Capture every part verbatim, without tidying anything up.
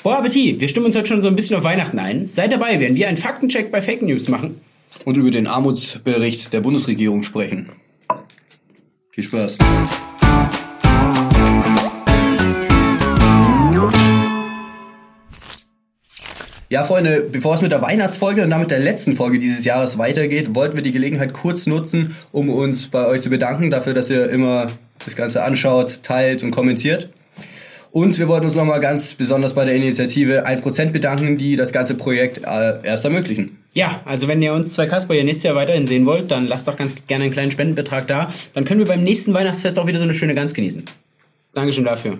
Bon Appetit, wir stimmen uns heute schon so ein bisschen auf Weihnachten ein. Seid dabei, werden wir einen Faktencheck bei Fake News machen. Und über den Armutsbericht der Bundesregierung sprechen. Viel Spaß. Ja, Freunde, bevor es mit der Weihnachtsfolge und damit der letzten Folge dieses Jahres weitergeht, wollten wir die Gelegenheit kurz nutzen, um uns bei euch zu bedanken dafür, dass ihr immer das Ganze anschaut, teilt und kommentiert. Und wir wollten uns nochmal ganz besonders bei der Initiative ein Prozent bedanken, die das ganze Projekt äh, erst ermöglichen. Ja, also wenn ihr uns zwei Kasper hier nächstes Jahr weiterhin sehen wollt, dann lasst doch ganz gerne einen kleinen Spendenbetrag da. Dann können wir beim nächsten Weihnachtsfest auch wieder so eine schöne Gans genießen. Dankeschön dafür.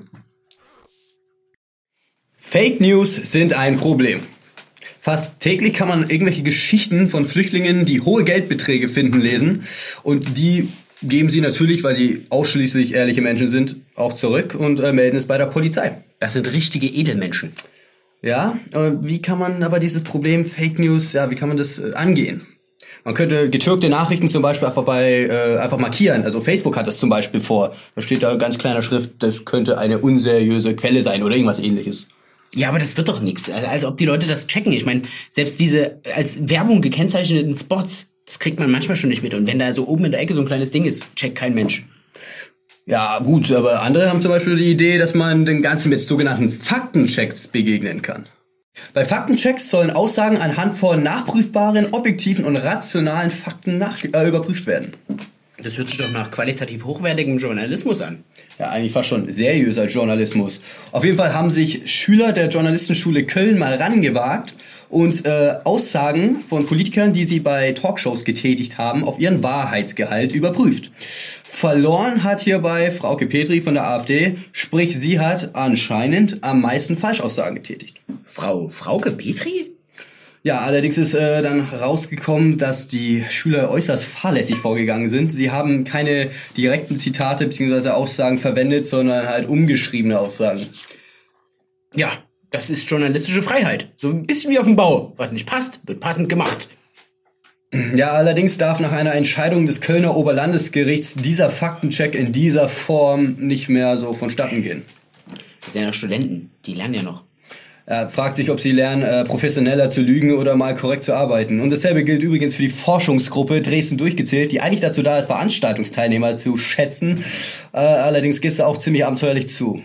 Fake News sind ein Problem. Fast täglich kann man irgendwelche Geschichten von Flüchtlingen, die hohe Geldbeträge finden, lesen. Und die geben sie natürlich, weil sie ausschließlich ehrliche Menschen sind, auch zurück und äh, melden es bei der Polizei. Das sind richtige Edelmenschen. Ja, äh, wie kann man aber dieses Problem Fake News, ja, wie kann man das äh, angehen? Man könnte getürkte Nachrichten zum Beispiel einfach bei äh, einfach markieren. Also Facebook hat das zum Beispiel vor. Da steht da ganz kleiner Schrift, das könnte eine unseriöse Quelle sein oder irgendwas ähnliches. Ja, aber das wird doch nichts. Also, als ob die Leute das checken. Ich meine, selbst diese als Werbung gekennzeichneten Spots, das kriegt man manchmal schon nicht mit. Und wenn da so oben in der Ecke so ein kleines Ding ist, checkt kein Mensch. Ja, gut, aber andere haben zum Beispiel die Idee, dass man den Ganzen mit sogenannten Faktenchecks begegnen kann. Bei Faktenchecks sollen Aussagen anhand von nachprüfbaren, objektiven und rationalen Fakten nach, äh, überprüft werden. Das hört sich doch nach qualitativ hochwertigem Journalismus an. Ja, eigentlich fast schon seriöser Journalismus. Auf jeden Fall haben sich Schüler der Journalistenschule Köln mal rangewagt und äh, Aussagen von Politikern, die sie bei Talkshows getätigt haben, auf ihren Wahrheitsgehalt überprüft. Verloren hat hierbei Frauke Petri von der AfD, sprich sie hat anscheinend am meisten Falschaussagen getätigt. Frau Frauke Petri? Ja, allerdings ist äh, dann rausgekommen, dass die Schüler äußerst fahrlässig vorgegangen sind. Sie haben keine direkten Zitate bzw. Aussagen verwendet, sondern halt umgeschriebene Aussagen. Ja, das ist journalistische Freiheit. So ein bisschen wie auf dem Bau. Was nicht passt, wird passend gemacht. Ja, allerdings darf nach einer Entscheidung des Kölner Oberlandesgerichts dieser Faktencheck in dieser Form nicht mehr so vonstatten gehen. Das sind ja noch Studenten, die lernen ja noch. Er fragt sich, ob sie lernen, äh, professioneller zu lügen oder mal korrekt zu arbeiten. Und dasselbe gilt übrigens für die Forschungsgruppe Dresden durchgezählt, die eigentlich dazu da ist, Veranstaltungsteilnehmer zu schätzen. Äh, allerdings geht es auch ziemlich abenteuerlich zu.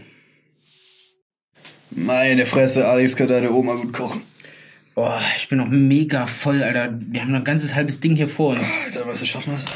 Meine Fresse, Alex, kann deine Oma gut kochen. Boah, ich bin noch mega voll, Alter. Wir haben noch ein ganzes halbes Ding hier vor uns. Alter, was, schaffen wir es?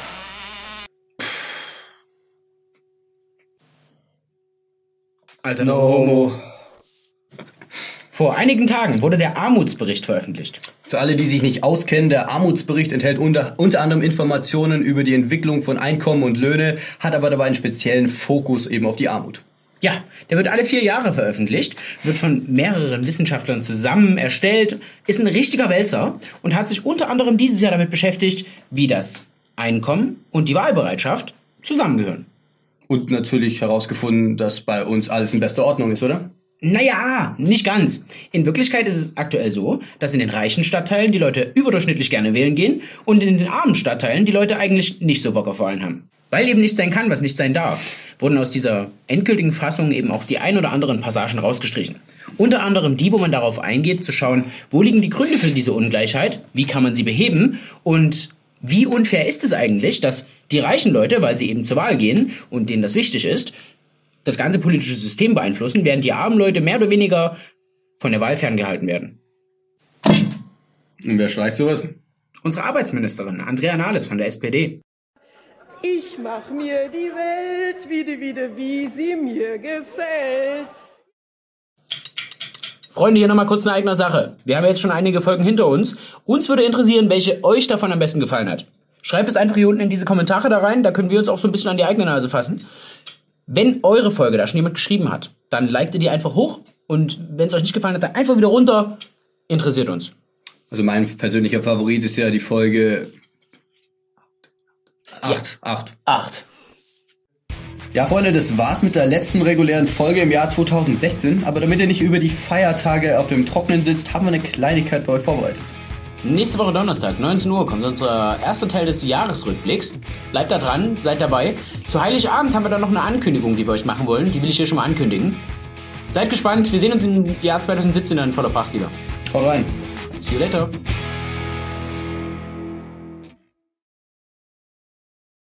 Alter, no homo. Vor einigen Tagen wurde der Armutsbericht veröffentlicht. Für alle, die sich nicht auskennen, der Armutsbericht enthält unter, unter anderem Informationen über die Entwicklung von Einkommen und Löhne, hat aber dabei einen speziellen Fokus eben auf die Armut. Ja, der wird alle vier Jahre veröffentlicht, wird von mehreren Wissenschaftlern zusammen erstellt, ist ein richtiger Wälzer und hat sich unter anderem dieses Jahr damit beschäftigt, wie das Einkommen und die Wahlbereitschaft zusammengehören. Und natürlich herausgefunden, dass bei uns alles in bester Ordnung ist, oder? Naja, nicht ganz. In Wirklichkeit ist es aktuell so, dass in den reichen Stadtteilen die Leute überdurchschnittlich gerne wählen gehen und in den armen Stadtteilen die Leute eigentlich nicht so Bock auf Wahlen haben. Weil eben nicht sein kann, was nicht sein darf, wurden aus dieser endgültigen Fassung eben auch die ein oder anderen Passagen rausgestrichen. Unter anderem die, wo man darauf eingeht, zu schauen, wo liegen die Gründe für diese Ungleichheit, wie kann man sie beheben und wie unfair ist es eigentlich, dass die reichen Leute, weil sie eben zur Wahl gehen und denen das wichtig ist, das ganze politische System beeinflussen, während die armen Leute mehr oder weniger von der Wahl ferngehalten werden. Und wer streicht sowas? Unsere Arbeitsministerin, Andrea Nahles von der S P D. Ich mach mir die Welt wieder, wieder, wie sie mir gefällt. Freunde, hier nochmal kurz eine eigene Sache. Wir haben jetzt schon einige Folgen hinter uns. Uns würde interessieren, welche euch davon am besten gefallen hat. Schreibt es einfach hier unten in diese Kommentare da rein, da können wir uns auch so ein bisschen an die eigene Nase fassen. Wenn eure Folge da schon jemand geschrieben hat, dann liked ihr die einfach hoch und wenn es euch nicht gefallen hat, dann einfach wieder runter. Interessiert uns. Also mein persönlicher Favorit ist ja die Folge acht. Ja. acht. acht. Ja, Freunde, das war's mit der letzten regulären Folge im Jahr zwanzig sechzehn. Aber damit ihr nicht über die Feiertage auf dem Trockenen sitzt, haben wir eine Kleinigkeit für euch vorbereitet. Nächste Woche Donnerstag, neunzehn Uhr, kommt unser erster Teil des Jahresrückblicks. Bleibt da dran, seid dabei. Zu Heiligabend haben wir dann noch eine Ankündigung, die wir euch machen wollen. Die will ich hier schon mal ankündigen. Seid gespannt, wir sehen uns im Jahr zwanzig siebzehn in voller Pracht wieder. Haut rein. See you later.